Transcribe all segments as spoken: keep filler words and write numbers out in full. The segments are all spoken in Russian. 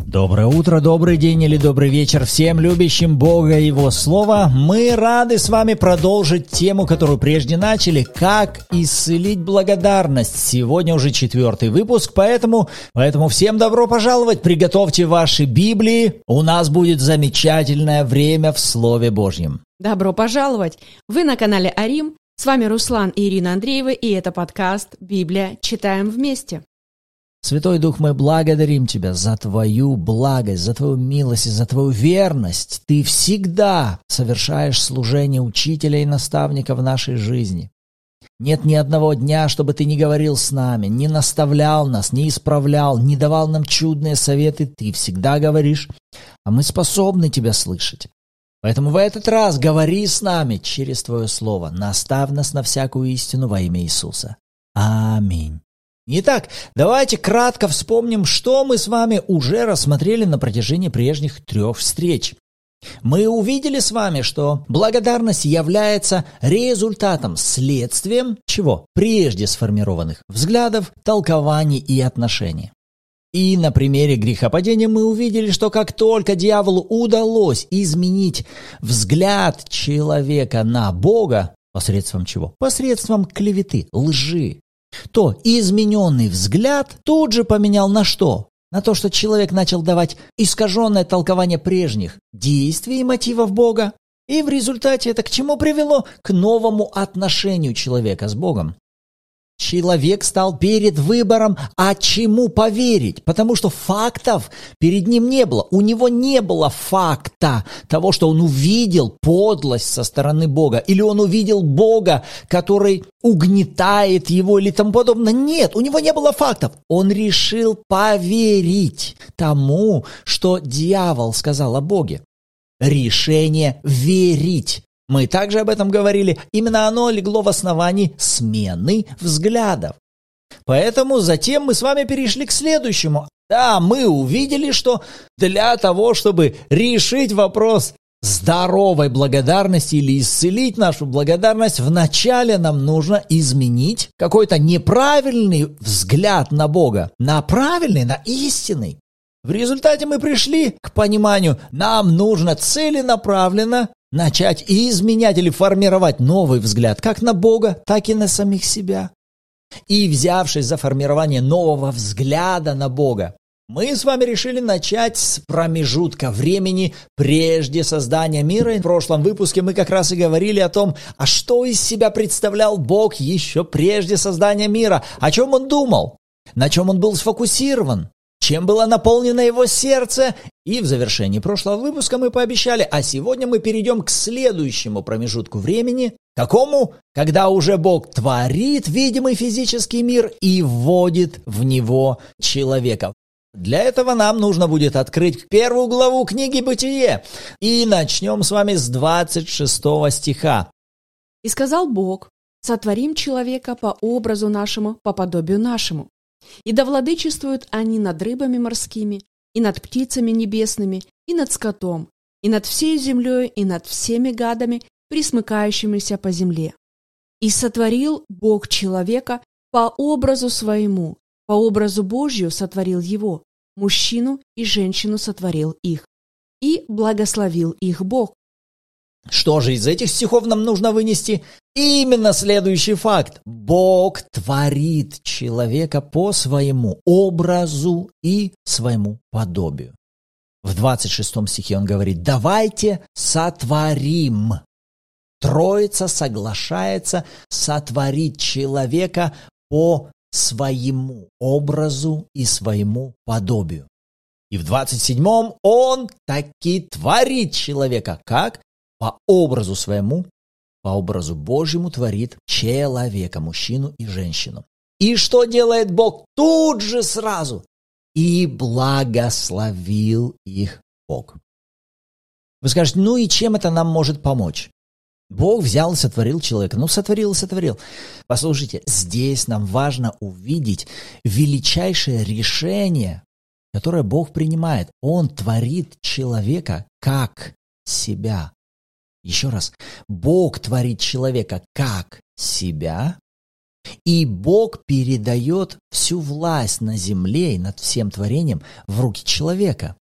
Доброе утро, добрый день или добрый вечер всем любящим Бога и Его Слово. Мы рады с вами продолжить тему, которую прежде начали, как исцелить благодарность. Сегодня уже четвертый выпуск, поэтому, поэтому всем добро пожаловать. Приготовьте ваши Библии, у нас будет замечательное время в Слове Божьем. Добро пожаловать! Вы на канале Арим, с вами Руслан и Ирина Андреева, и это подкаст «Библия. Читаем вместе». Святой Дух, мы благодарим Тебя за Твою благость, за Твою милость и за Твою верность. Ты всегда совершаешь служение учителя и наставника в нашей жизни. Нет ни одного дня, чтобы Ты не говорил с нами, не наставлял нас, не исправлял, не давал нам чудные советы. Ты всегда говоришь, а мы способны Тебя слышать. Поэтому в этот раз говори с нами через Твое Слово. Наставь нас на всякую истину во имя Иисуса. Аминь. Итак, давайте кратко вспомним, что мы с вами уже рассмотрели на протяжении прежних трех встреч. Мы увидели с вами, что благодарность является результатом, следствием чего? Прежде сформированных взглядов, толкований и отношений. И на примере грехопадения мы увидели, что как только дьяволу удалось изменить взгляд человека на Бога, посредством чего? Посредством клеветы, лжи, то измененный взгляд тут же поменял на что? На то, что человек начал давать искаженное толкование прежних действий и мотивов Бога. И в результате это к чему привело? К новому отношению человека с Богом. Человек стал перед выбором, а чему поверить, потому что фактов перед ним не было. У него не было факта того, что он увидел подлость со стороны Бога, или он увидел Бога, который угнетает его, или тому подобное. Нет, у него не было фактов. Он решил поверить тому, что дьявол сказал о Боге. Решение верить. Мы также об этом говорили. Именно оно легло в основании смены взглядов. Поэтому затем мы с вами перешли к следующему. Да, мы увидели, что для того, чтобы решить вопрос здоровой благодарности или исцелить нашу благодарность, вначале нам нужно изменить какой-то неправильный взгляд на Бога, на правильный, на истинный. В результате мы пришли к пониманию, нам нужно целенаправленно начать изменять или формировать новый взгляд как на Бога, так и на самих себя. И взявшись за формирование нового взгляда на Бога, мы с вами решили начать с промежутка времени прежде создания мира. И в прошлом выпуске мы как раз и говорили о том, а что из себя представлял Бог еще прежде создания мира, о чем Он думал, на чем Он был сфокусирован, чем было наполнено его сердце. И в завершении прошлого выпуска мы пообещали, а сегодня мы перейдем к следующему промежутку времени. Какому? Когда уже Бог творит видимый физический мир и вводит в него человека. Для этого нам нужно будет открыть первую главу книги «Бытие». И начнем с вами с двадцать шестого стиха. «И сказал Бог, сотворим человека по образу нашему, по подобию нашему. И да владычествуют они над рыбами морскими, и над птицами небесными, и над скотом, и над всей землей, и над всеми гадами, присмыкающимися по земле. И сотворил Бог человека по образу своему, по образу Божью сотворил его, мужчину и женщину сотворил их, и благословил их Бог». Что же из этих стихов нам нужно вынести? Именно следующий факт. Бог творит человека по своему образу и своему подобию. В двадцать шестом стихе он говорит: «Давайте сотворим». Троица соглашается сотворить человека по своему образу и своему подобию. И в двадцать седьмом он таки творит человека. Как? По образу своему, по образу Божьему творит человека, мужчину и женщину. И что делает Бог тут же сразу? И благословил их Бог. Вы скажете, ну и чем это нам может помочь? Бог взял и сотворил человека. Ну, сотворил и сотворил. Послушайте, здесь нам важно увидеть величайшее решение, которое Бог принимает. Он творит человека как себя. Еще раз, Бог творит человека как себя, и Бог передает всю власть на земле и над всем творением в руки человека.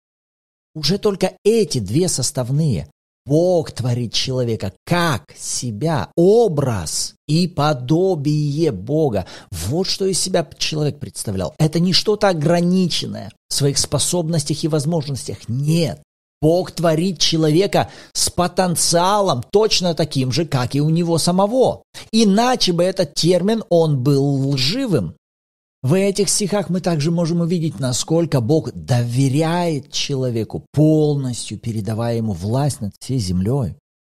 Уже только эти две составные. Бог творит человека как себя, образ и подобие Бога. Вот что из себя человек представлял. Это не что-то ограниченное в своих способностях и возможностях. Нет. Бог творит человека с потенциалом точно таким же, как и у него самого. Иначе бы этот термин, он был лживым. В этих стихах мы также можем увидеть, насколько Бог доверяет человеку, полностью передавая ему власть над всей землей.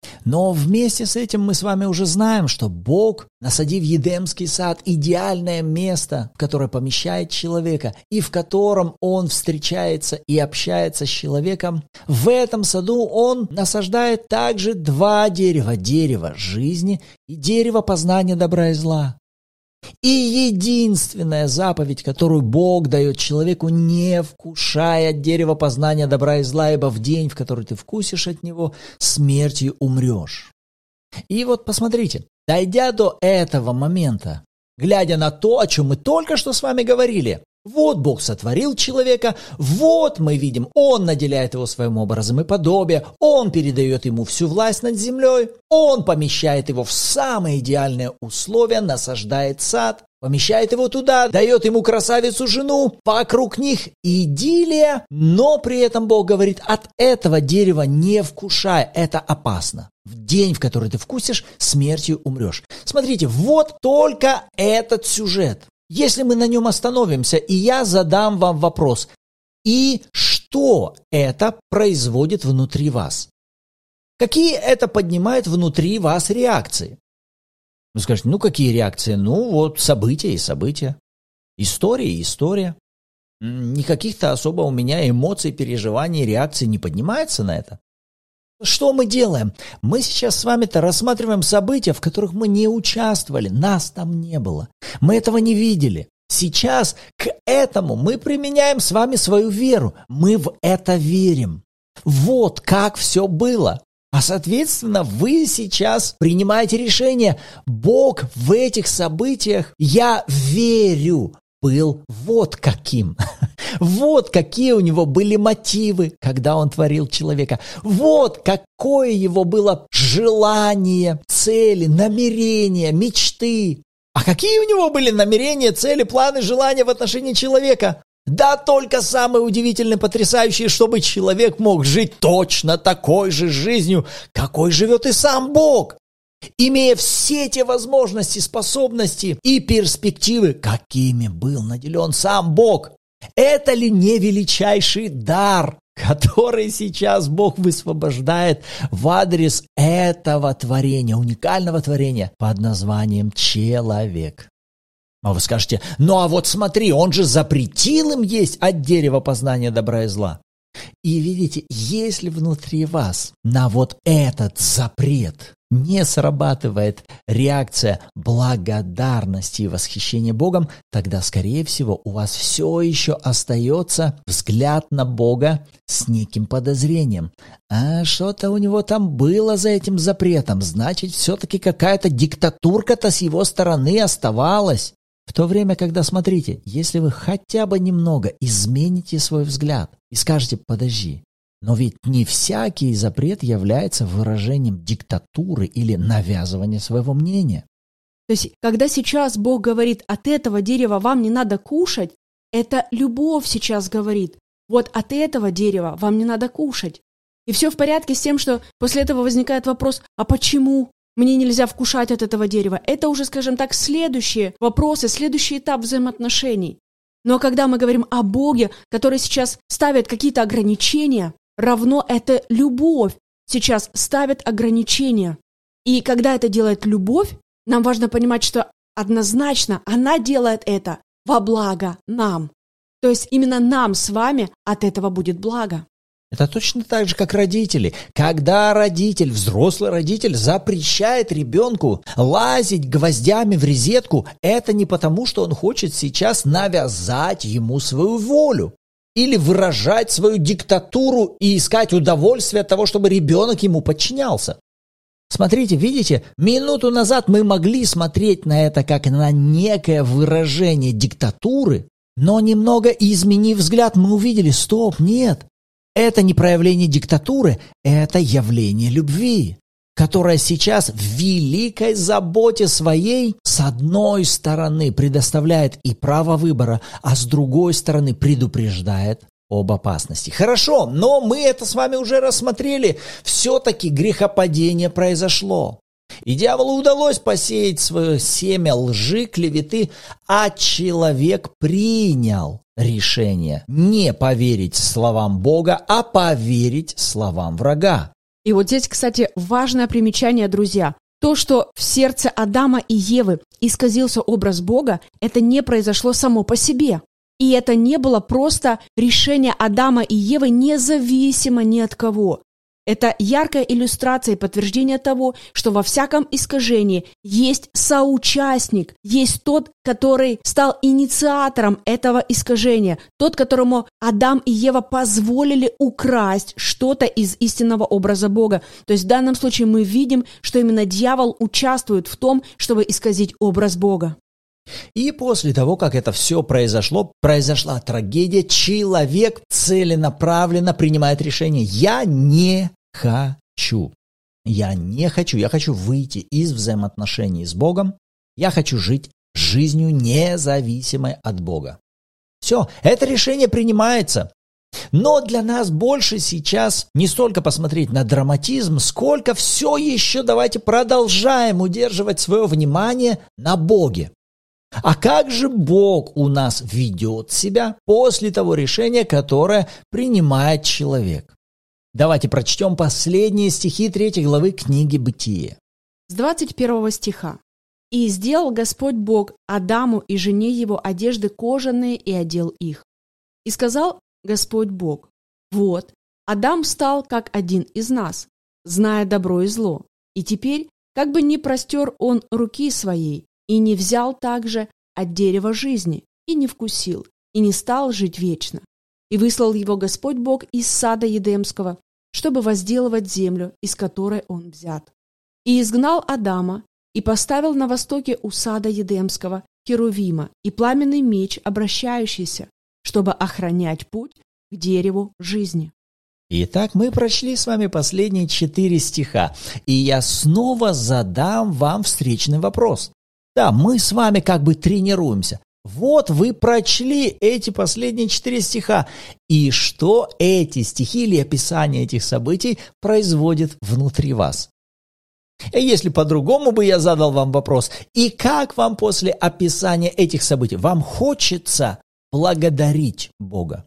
Но вместе с этим мы с вами уже знаем, что Бог, насадив Едемский сад, идеальное место, в которое помещает человека, и в котором он встречается и общается с человеком, в этом саду он насаждает также два дерева. Дерево жизни и дерево познания добра и зла. И единственная заповедь, которую Бог дает человеку: не вкушай от дерева познания добра и зла, ибо в день, в который ты вкусишь от него, смертью умрешь. И вот посмотрите, дойдя до этого момента, глядя на то, о чем мы только что с вами говорили, вот Бог сотворил человека, вот мы видим, Он наделяет его своим образом и подобием, Он передает ему всю власть над землей, Он помещает его в самые идеальные условия, насаждает сад, помещает его туда, дает ему красавицу жену, вокруг них идиллия, но при этом Бог говорит: от этого дерева не вкушай, это опасно. В день, в который ты вкусишь, смертью умрешь. Смотрите, вот только этот сюжет. Если мы на нем остановимся, и я задам вам вопрос: и что это производит внутри вас? Какие это поднимает внутри вас реакции? Вы скажете: ну какие реакции? Ну вот события и события, история и история. Никаких-то особо у меня эмоций, переживаний, реакций не поднимается на это. Что мы делаем? Мы сейчас с вами-то рассматриваем события, в которых мы не участвовали, нас там не было, мы этого не видели. Сейчас к этому мы применяем с вами свою веру, мы в это верим. Вот как все было. А соответственно, вы сейчас принимаете решение: Бог в этих событиях, я верю, был вот каким. Вот какие у него были мотивы, когда он творил человека. Вот какое его было желание, цели, намерения, мечты. А какие у него были намерения, цели, планы, желания в отношении человека? Да только самое удивительное, потрясающее, чтобы человек мог жить точно такой же жизнью, какой живет и сам Бог, имея все те возможности, способности и перспективы, какими был наделен сам Бог. Это ли не величайший дар, который сейчас Бог высвобождает в адрес этого творения, уникального творения под названием человек? А вы скажете: ну а вот смотри, он же запретил им есть от дерева познания добра и зла. И видите, если внутри вас на вот этот запрет не срабатывает реакция благодарности и восхищения Богом, тогда, скорее всего, у вас все еще остается взгляд на Бога с неким подозрением. А что-то у него там было за этим запретом, значит, все-таки какая-то диктатурка-то с его стороны оставалась. В то время, когда, смотрите, если вы хотя бы немного измените свой взгляд и скажете: подожди, но ведь не всякий запрет является выражением диктатуры или навязывания своего мнения. То есть, когда сейчас Бог говорит: от этого дерева вам не надо кушать, это любовь сейчас говорит: вот от этого дерева вам не надо кушать. И все в порядке с тем, что после этого возникает вопрос: а почему мне нельзя вкушать от этого дерева? Это уже, скажем так, следующие вопросы, следующий этап взаимоотношений. Но когда мы говорим о Боге, который сейчас ставит какие-то ограничения, равно это любовь сейчас ставит ограничения. И когда это делает любовь, нам важно понимать, что однозначно она делает это во благо нам. То есть именно нам с вами от этого будет благо. Это точно так же, как родители. Когда родитель, взрослый родитель, запрещает ребенку лазить гвоздями в розетку, это не потому, что он хочет сейчас навязать ему свою волю или выражать свою диктатуру и искать удовольствие от того, чтобы ребенок ему подчинялся. Смотрите, видите, минуту назад мы могли смотреть на это как на некое выражение диктатуры, но немного изменив взгляд, мы увидели: стоп, нет. Это не проявление диктатуры, это явление любви, которая сейчас в великой заботе своей с одной стороны предоставляет и право выбора, а с другой стороны предупреждает об опасности. Хорошо, но мы это с вами уже рассмотрели. Все-таки грехопадение произошло. И дьяволу удалось посеять свое семя лжи, клеветы, а человек принял решение не поверить словам Бога, а поверить словам врага. И вот здесь, кстати, важное примечание, друзья. То, что в сердце Адама и Евы исказился образ Бога, это не произошло само по себе. И это не было просто решение Адама и Евы независимо ни от кого. Это яркая иллюстрация и подтверждение того, что во всяком искажении есть соучастник, есть тот, который стал инициатором этого искажения, тот, которому Адам и Ева позволили украсть что-то из истинного образа Бога. То есть в данном случае мы видим, что именно дьявол участвует в том, чтобы исказить образ Бога. И после того, как это все произошло, произошла трагедия, человек целенаправленно принимает решение: «Я не хочу, я не хочу, я хочу выйти из взаимоотношений с Богом, я хочу жить жизнью независимой от Бога». Все, это решение принимается. Но для нас больше сейчас не столько посмотреть на драматизм, сколько все еще давайте продолжаем удерживать свое внимание на Боге. А как же Бог у нас ведет себя после того решения, которое принимает человек? Давайте прочтем последние стихи третьей главы книги «Бытие». С двадцать первого стиха. «И сделал Господь Бог Адаму и жене его одежды кожаные и одел их. И сказал Господь Бог: вот, Адам стал как один из нас, зная добро и зло. И теперь, как бы не простер он руки своей, и не взял также от дерева жизни, и не вкусил, и не стал жить вечно. И выслал его Господь Бог из сада Едемского, чтобы возделывать землю, из которой он взят. И изгнал Адама, и поставил на востоке у сада Едемского херувима и пламенный меч, обращающийся, чтобы охранять путь к дереву жизни». Итак, мы прочли с вами последние четыре стиха, и я снова задам вам встречный вопрос. Да, мы с вами как бы тренируемся. Вот вы прочли эти последние четыре стиха. И что эти стихи или описание этих событий производит внутри вас? И если по-другому бы я задал вам вопрос: и как вам после описания этих событий? Вам хочется благодарить Бога?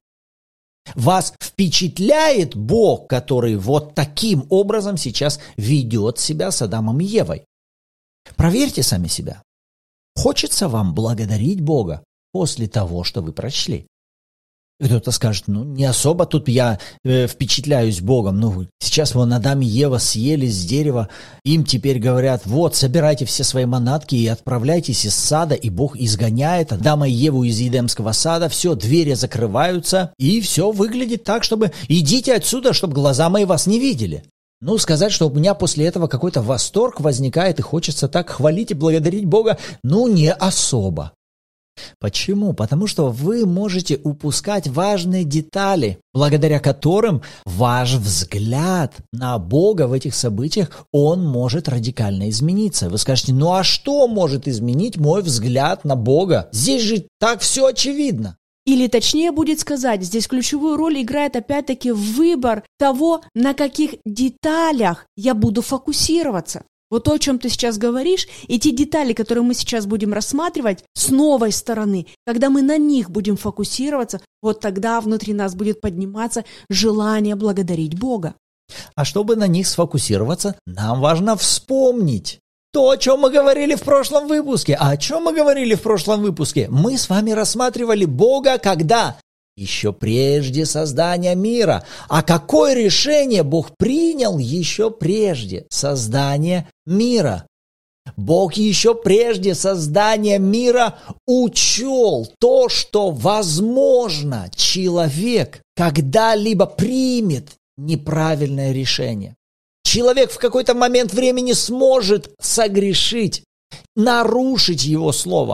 Вас впечатляет Бог, который вот таким образом сейчас ведет себя с Адамом и Евой? Проверьте сами себя. Хочется вам благодарить Бога после того, что вы прочли? И кто-то скажет: ну, не особо тут я э, впечатляюсь Богом. Ну, сейчас вон Адам и Ева съели с дерева, им теперь говорят: вот, собирайте все свои манатки и отправляйтесь из сада, и Бог изгоняет Адама и Еву из Едемского сада, все, двери закрываются, и все выглядит так, чтобы идите отсюда, чтобы глаза мои вас не видели. Ну, сказать, что у меня после этого какой-то восторг возникает, и хочется так хвалить и благодарить Бога, ну, не особо. Почему? Потому что вы можете упускать важные детали, благодаря которым ваш взгляд на Бога в этих событиях, он может радикально измениться. Вы скажете: ну а что может изменить мой взгляд на Бога? Здесь же так все очевидно. Или точнее будет сказать, здесь ключевую роль играет опять-таки выбор того, на каких деталях я буду фокусироваться. Вот то, о чем ты сейчас говоришь, и те детали, которые мы сейчас будем рассматривать с новой стороны, когда мы на них будем фокусироваться, вот тогда внутри нас будет подниматься желание благодарить Бога. А чтобы на них сфокусироваться, нам важно вспомнить то, о чем мы говорили в прошлом выпуске. А о чем мы говорили в прошлом выпуске? Мы с вами рассматривали Бога когда? Еще прежде создания мира. А какое решение Бог принял еще прежде создания мира? Бог еще прежде создания мира учел то, что, возможно, человек когда-либо примет неправильное решение. Человек в какой-то момент времени сможет согрешить, нарушить его слово.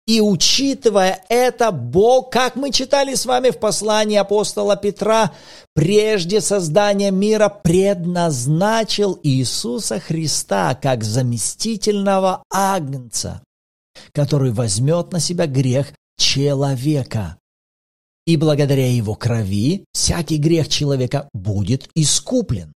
И учитывая это, Бог, как мы читали с вами в послании апостола Петра, прежде создания мира предназначил Иисуса Христа как заместительного агнца, который возьмет на себя грех человека. И благодаря его крови всякий грех человека будет искуплен.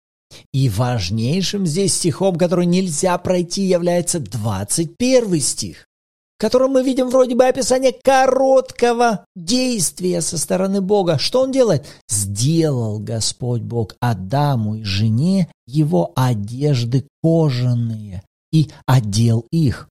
И важнейшим здесь стихом, который нельзя пройти, является двадцать первый стих, в котором мы видим вроде бы описание короткого действия со стороны Бога. Что Он делает? «Сделал Господь Бог Адаму и жене его одежды кожаные и одел их».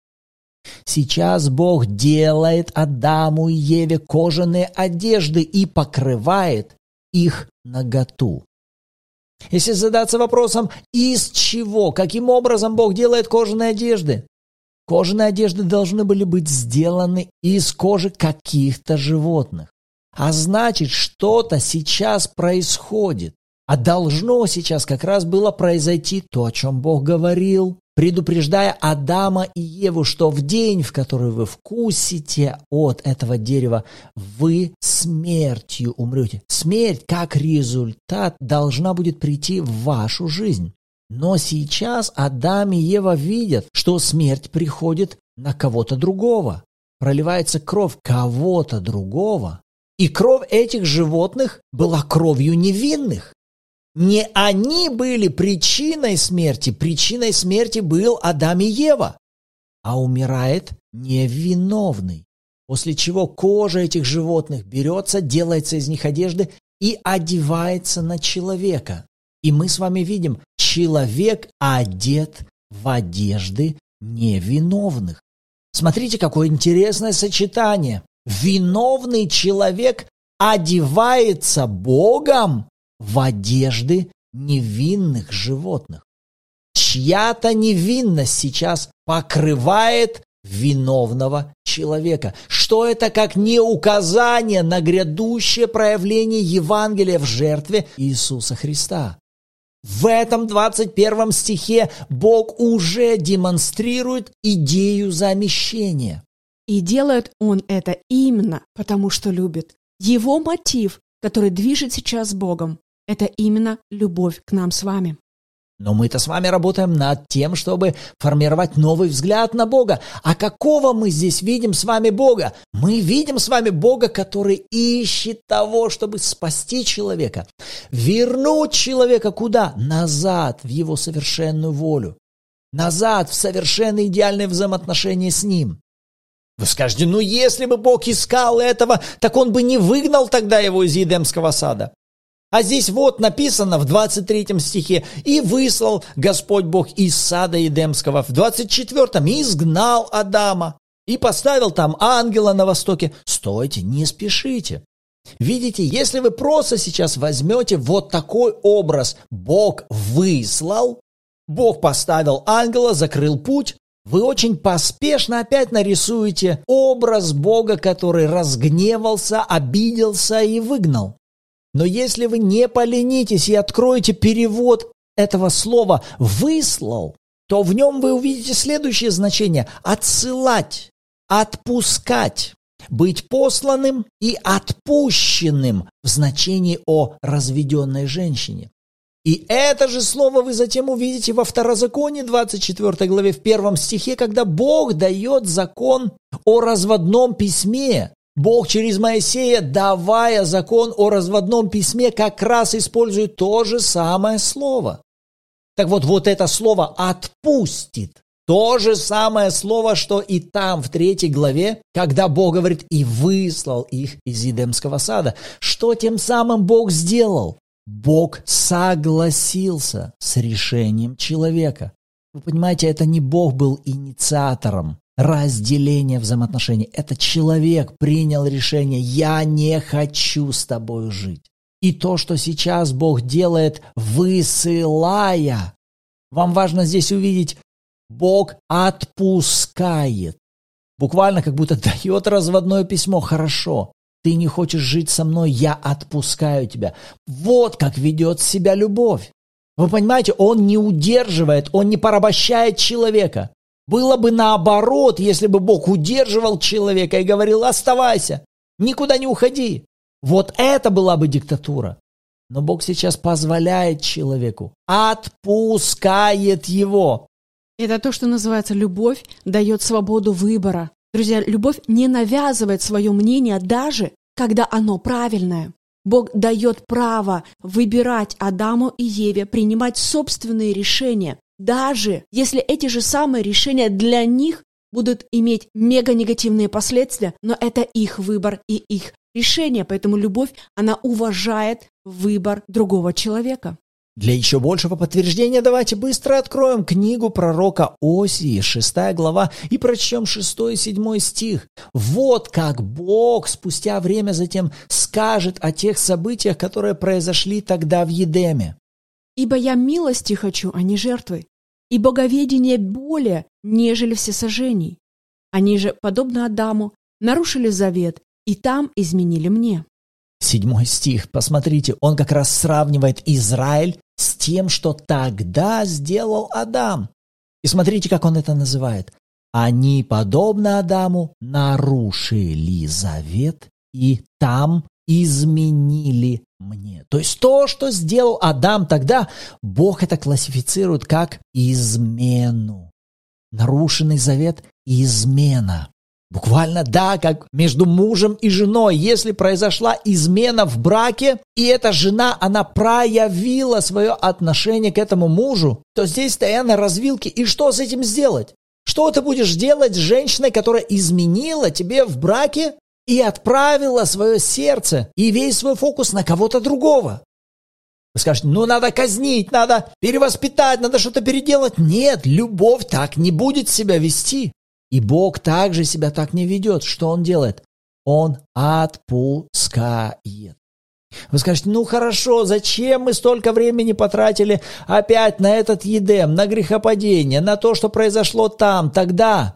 Сейчас Бог делает Адаму и Еве кожаные одежды и покрывает их наготу. Если задаться вопросом, из чего, каким образом Бог делает кожаные одежды? Кожаные одежды должны были быть сделаны из кожи каких-то животных. А значит, что-то сейчас происходит. А должно сейчас как раз было произойти то, о чем Бог говорил, предупреждая Адама и Еву, что в день, в который вы вкусите от этого дерева, вы смертью умрете. Смерть, как результат, должна будет прийти в вашу жизнь. Но сейчас Адам и Ева видят, что смерть приходит на кого-то другого. Проливается кровь кого-то другого. И кровь этих животных была кровью невинных. Не они были причиной смерти, причиной смерти был Адам и Ева, а умирает невиновный. После чего кожа этих животных берется, делается из них одежды и одевается на человека. И мы с вами видим, человек одет в одежды невиновных. Смотрите, какое интересное сочетание. Виновный человек одевается Богом в одежды невинных животных. Чья-то невинность сейчас покрывает виновного человека. Что это как не указание на грядущее проявление Евангелия в жертве Иисуса Христа? В этом двадцать первом стихе Бог уже демонстрирует идею замещения. И делает Он это именно потому, что любит. Его мотив, который движет сейчас Богом, это именно любовь к нам с вами. Но мы-то с вами работаем над тем, чтобы формировать новый взгляд на Бога. А какого мы здесь видим с вами Бога? Мы видим с вами Бога, который ищет того, чтобы спасти человека. Вернуть человека куда? Назад, в его совершенную волю. Назад, в совершенно идеальные взаимоотношения с Ним. Вы скажете, ну если бы Бог искал этого, так Он бы не выгнал тогда его из Едемского сада. А здесь вот написано в двадцать третьем стихе, «И выслал Господь Бог из сада Едемского». В двадцать четвёртом «И изгнал Адама, и поставил там ангела на востоке». Стойте, не спешите. Видите, если вы просто сейчас возьмете вот такой образ «Бог выслал», «Бог поставил ангела, закрыл путь», вы очень поспешно опять нарисуете образ Бога, который разгневался, обиделся и выгнал. Но если вы не поленитесь и откроете перевод этого слова «выслал», то в нем вы увидите следующее значение – отсылать, отпускать, быть посланным и отпущенным в значении о разведенной женщине. И это же слово вы затем увидите во Второзаконии, двадцать четвёртой главе, в первом стихе, когда Бог дает закон о разводном письме. Бог через Моисея, давая закон о разводном письме, как раз использует то же самое слово. Так вот, вот это слово «отпустит» – то же самое слово, что и там, в третьей главе, когда Бог говорит «и выслал их из Едемского сада». Что тем самым Бог сделал? Бог согласился с решением человека. Вы понимаете, это не Бог был инициатором разделения взаимоотношений. Это человек принял решение «я не хочу с тобой жить». И то, что сейчас Бог делает, высылая, вам важно здесь увидеть, Бог отпускает. Буквально как будто дает разводное письмо. Хорошо, ты не хочешь жить со мной, я отпускаю тебя. Вот как ведет себя любовь. Вы понимаете, Он не удерживает, Он не порабощает человека. Было бы наоборот, если бы Бог удерживал человека и говорил: оставайся, никуда не уходи. Вот это была бы диктатура. Но Бог сейчас позволяет человеку, отпускает его. Это то, что называется любовь, дает свободу выбора. Друзья, любовь не навязывает свое мнение, даже когда оно правильное. Бог дает право выбирать Адаму и Еве, принимать собственные решения, даже если эти же самые решения для них будут иметь мега-негативные последствия, но это их выбор и их решение, поэтому любовь, она уважает выбор другого человека. Для еще большего подтверждения давайте быстро откроем книгу пророка Осии, шестая глава, и прочтем шестой и седьмой стих. Вот как Бог спустя время затем скажет о тех событиях, которые произошли тогда в Едеме. «Ибо я милости хочу, а не жертвы, и боговедение более, нежели всесожжений. Они же, подобно Адаму, нарушили завет, и там изменили мне». Седьмой стих, посмотрите, он как раз сравнивает Израиль с тем, что тогда сделал Адам. И смотрите, как он это называет. Они, подобно Адаму, нарушили завет и там изменили мне. То есть то, что сделал Адам тогда, Бог это классифицирует как измену. Нарушенный завет – измена. Буквально, да, как между мужем и женой. Если произошла измена в браке, и эта жена, она проявила свое отношение к этому мужу, то здесь стоя на развилке. И что с этим сделать? Что ты будешь делать с женщиной, которая изменила тебе в браке и отправила свое сердце и весь свой фокус на кого-то другого? Вы скажете: ну надо казнить, надо перевоспитать, надо что-то переделать. Нет, любовь так не будет себя вести. И Бог также себя так не ведет. Что Он делает? Он отпускает. Вы скажете: ну хорошо, зачем мы столько времени потратили опять на этот Едем, на грехопадение, на то, что произошло там, тогда?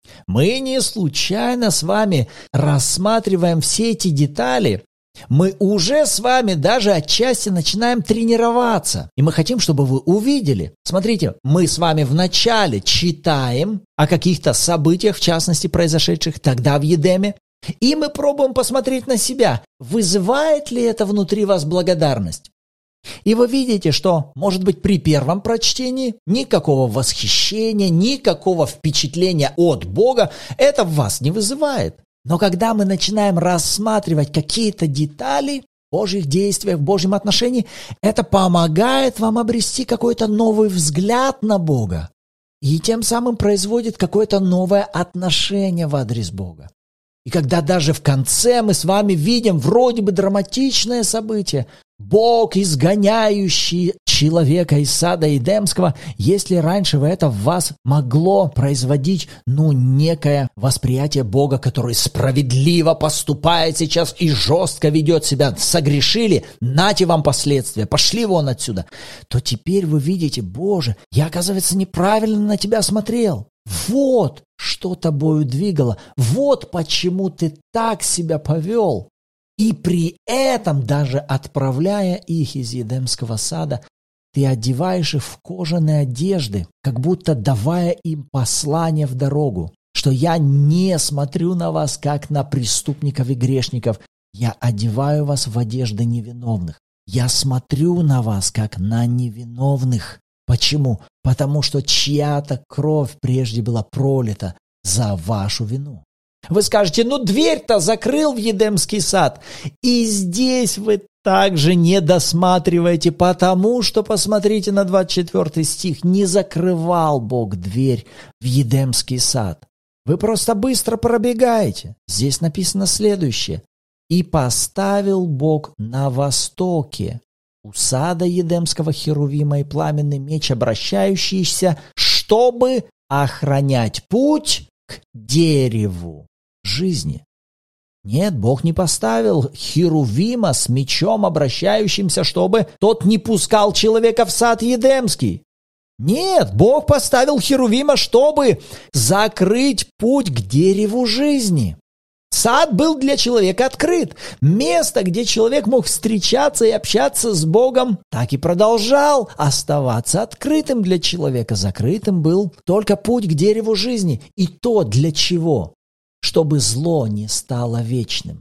Мы не случайно с вами рассматриваем все эти детали. Мы уже с вами даже отчасти начинаем тренироваться. И мы хотим, чтобы вы увидели. Смотрите, мы с вами вначале читаем о каких-то событиях, в частности, произошедших тогда в Едеме. И мы пробуем посмотреть на себя, вызывает ли это внутри вас благодарность. И вы видите, что, может быть, при первом прочтении никакого восхищения, никакого впечатления от Бога это в вас не вызывает. Но когда мы начинаем рассматривать какие-то детали в Божьих действиях, в Божьем отношении, это помогает вам обрести какой-то новый взгляд на Бога. И тем самым производит какое-то новое отношение в адрес Бога. И когда даже в конце мы с вами видим вроде бы драматичное событие, Бог, изгоняющий человека из сада Эдемского, если раньше это в вас могло производить, ну, некое восприятие Бога, который справедливо поступает сейчас и жестко ведет себя, согрешили, нате вам последствия, пошли вон отсюда, то теперь вы видите: Боже, я, оказывается, неправильно на тебя смотрел. Вот что тобою двигало, вот почему ты так себя повел. И при этом, даже отправляя их из Едемского сада, ты одеваешь их в кожаные одежды, как будто давая им послание в дорогу, что я не смотрю на вас, как на преступников и грешников, я одеваю вас в одежды невиновных. Я смотрю на вас, как на невиновных. Почему? Потому что чья-то кровь прежде была пролита за вашу вину. Вы скажете: ну дверь-то закрыл в Едемский сад. И здесь вы также не досматриваете, потому что, посмотрите на двадцать четвёртый стих, не закрывал Бог дверь в Едемский сад. Вы просто быстро пробегаете. Здесь написано следующее: «И поставил Бог на востоке у сада Едемского херувима и пламенный меч, обращающийся, чтобы охранять путь к дереву жизни». Нет, Бог не поставил херувима с мечом обращающимся, чтобы тот не пускал человека в сад Едемский. Нет, Бог поставил херувима, чтобы закрыть путь к дереву жизни. Сад был для человека открыт. Место, где человек мог встречаться и общаться с Богом, так и продолжал оставаться открытым для человека. Закрытым был только путь к дереву жизни. И то для чего? Чтобы зло не стало вечным.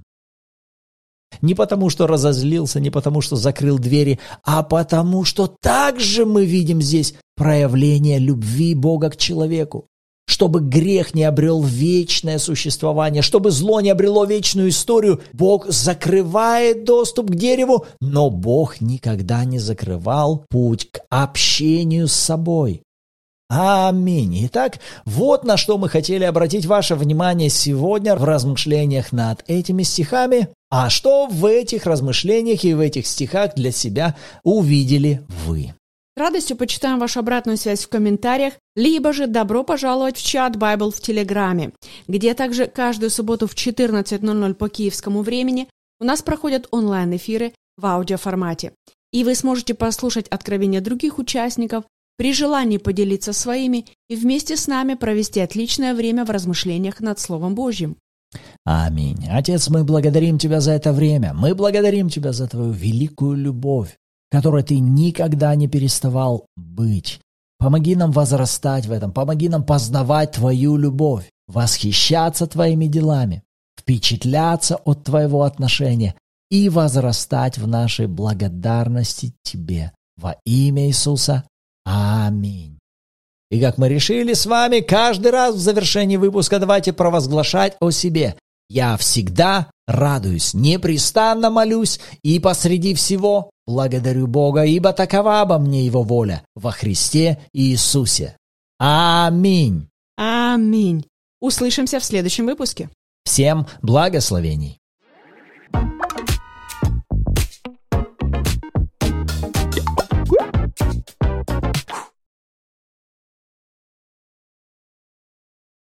Не потому, что разозлился, не потому, что закрыл двери, а потому, что также мы видим здесь проявление любви Бога к человеку. Чтобы грех не обрел вечное существование, чтобы зло не обрело вечную историю, Бог закрывает доступ к дереву, но Бог никогда не закрывал путь к общению с собой. Аминь. Итак, вот на что мы хотели обратить ваше внимание сегодня в размышлениях над этими стихами. А что в этих размышлениях и в этих стихах для себя увидели вы? С радостью почитаем вашу обратную связь в комментариях, либо же добро пожаловать в чат Bible в Телеграме, где также каждую субботу в четырнадцать ноль ноль по киевскому времени у нас проходят онлайн-эфиры в аудиоформате. И вы сможете послушать откровения других участников, при желании поделиться своими и вместе с нами провести отличное время в размышлениях над Словом Божьим. Аминь. Отец, мы благодарим Тебя за это время. Мы благодарим Тебя за Твою великую любовь, которой Ты никогда не переставал быть. Помоги нам возрастать в этом, помоги нам познавать Твою любовь, восхищаться Твоими делами, впечатляться от Твоего отношения и возрастать в нашей благодарности Тебе. Во имя Иисуса. Аминь. И как мы решили с вами, каждый раз в завершении выпуска давайте провозглашать о себе. Я всегда радуюсь, непрестанно молюсь и посреди всего благодарю Бога, ибо такова обо мне Его воля во Христе Иисусе. Аминь. Аминь. Услышимся в следующем выпуске. Всем благословений.